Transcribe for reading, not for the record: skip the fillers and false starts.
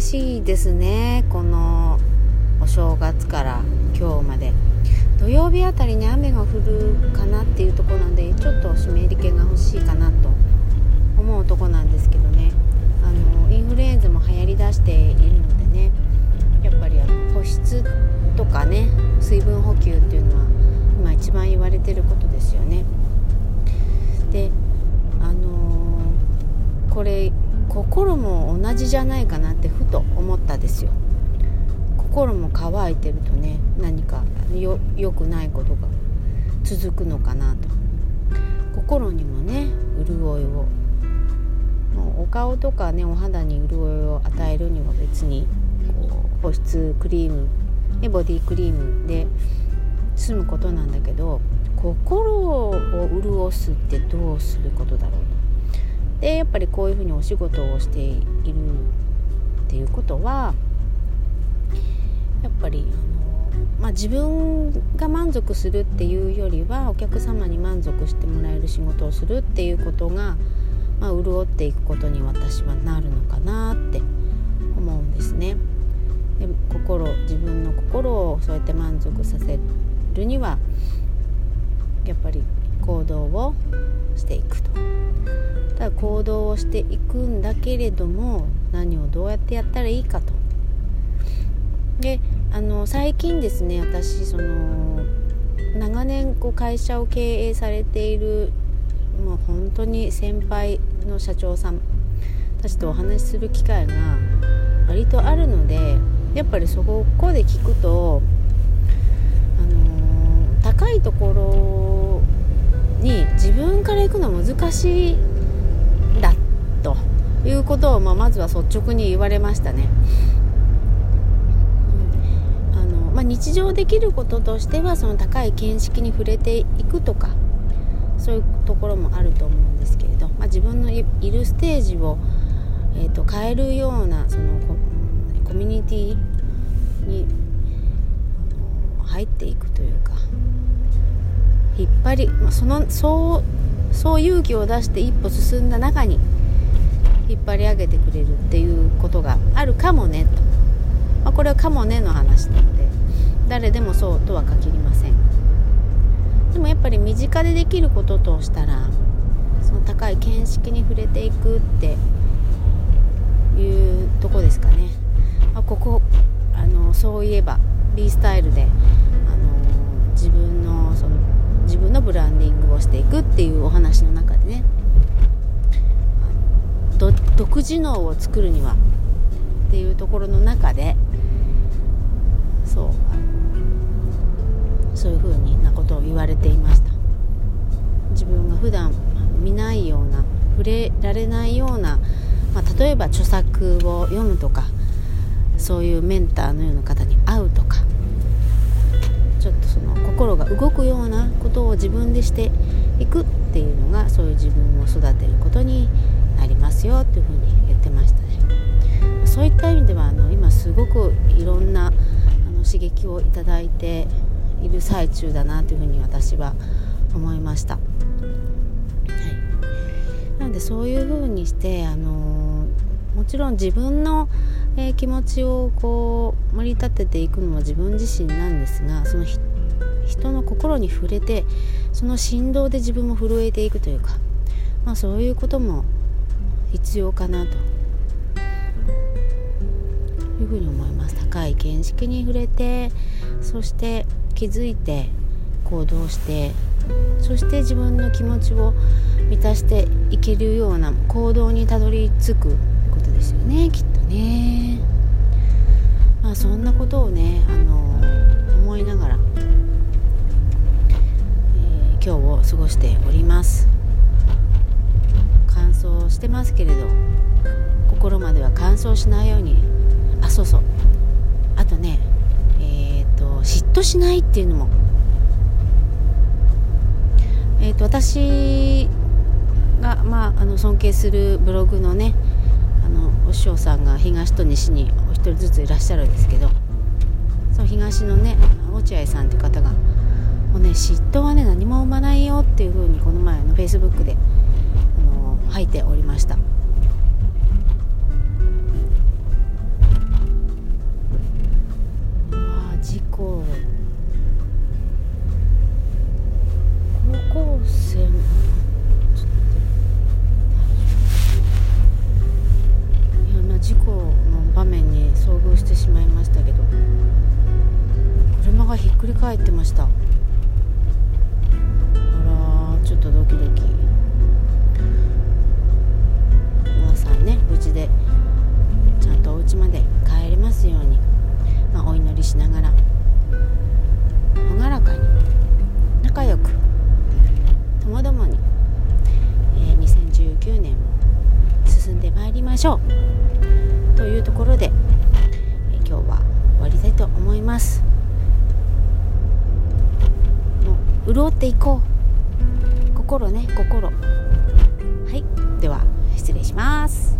しいですね。このお正月から今日まで土曜日あたりに雨が降るかなっていうところなんで、ちょっと湿り気が欲しいかなと思うとこなんですけどね。インフルエンザも流行りだしているのでね、やっぱり保湿とかね、水分補給っていうのは今一番言われてることですよね。でこれ心も同じじゃないかなってふと思ったんですよ。心も乾いてるとね、何か良くないことが続くのかなと。心にもね、潤いを、もうお顔とかね、お肌に潤いを与えるには別に保湿クリーム、ボディクリームで済むことなんだけど、心を潤すってどうすることだろうと。でやっぱりこういうふうにお仕事をしているっていうことは、やっぱり自分が満足するっていうよりは、お客様に満足してもらえる仕事をするっていうことが、潤っていくことに私はなるのかなって思うんですね。で自分の心をそうやって満足させるには、やっぱり行動をしていくと。ただ行動をしていくんだけれども、何をどうやってやったらいいかと。で最近ですね、私長年会社を経営されている、もう本当に先輩の社長さんたちとお話しする機会が割とあるので、やっぱりそこで聞くと、高いところに自分から行くのは難しいんだということを、まずは率直に言われましたね。日常できることとしては、その高い見識に触れていくとか、そういうところもあると思うんですけれど、自分のいるステージを、変えるようなそのコミュニティに入っていくというか、引っ張り、そう勇気を出して一歩進んだ中に引っ張り上げてくれるっていうことがあるかもねと、これはかもねの話なので、誰でもそうとは限りません。でもやっぱり身近でできることとしたら、その高い見識に触れていくっていうとこですかね。そういえば B スタイルで自分のブランディングをしていくっていうお話の中でね、独自脳を作るにはっていうところの中で、そういうふうなことを言われていました。自分が普段見ないような、触れられないような、例えば著作を読むとか、そういうメンターのような方に会うとか、ちょっと心が動くようなことを自分でしていくっていうのが、そういう自分を育てることになりますよっていうふうに言ってましたね。そういった意味では今すごくいろんな刺激をいただいている最中だなというふうに私は思いました。なのでそういうふうにしてもちろん自分の、気持ちを盛り立てていくのは自分自身なんですが、その人の心に触れて、その振動で自分も震えていくというか、そういうことも必要かなというふうに思います。高い見識に触れて、そして気づいて行動して、そして自分の気持ちを満たしていけるような行動にたどり着くことですよね、きっとね。そんなことをね思いながら、今日を過ごしております。乾燥してますけれど、心までは乾燥しないように、あとね、嫉妬しないっていうのも、私が、尊敬するブログのね、お師匠さんが東と西にお一人ずついらっしゃるんですけど、その東のね、落合さんという方が、もうね、嫉妬はね何も生まないよっていう風にこの前の Facebook で吐いておりました。 帰ってました。あら、ちょっとドキドキ。皆さんね、無事でちゃんとお家まで帰れますように、お祈りしながら朗らかに仲良くともどもに、2019年も進んでまいりましょうというところで、今日は終わりたいと思います。もう潤っていこう、心ね、心。はい、では失礼します。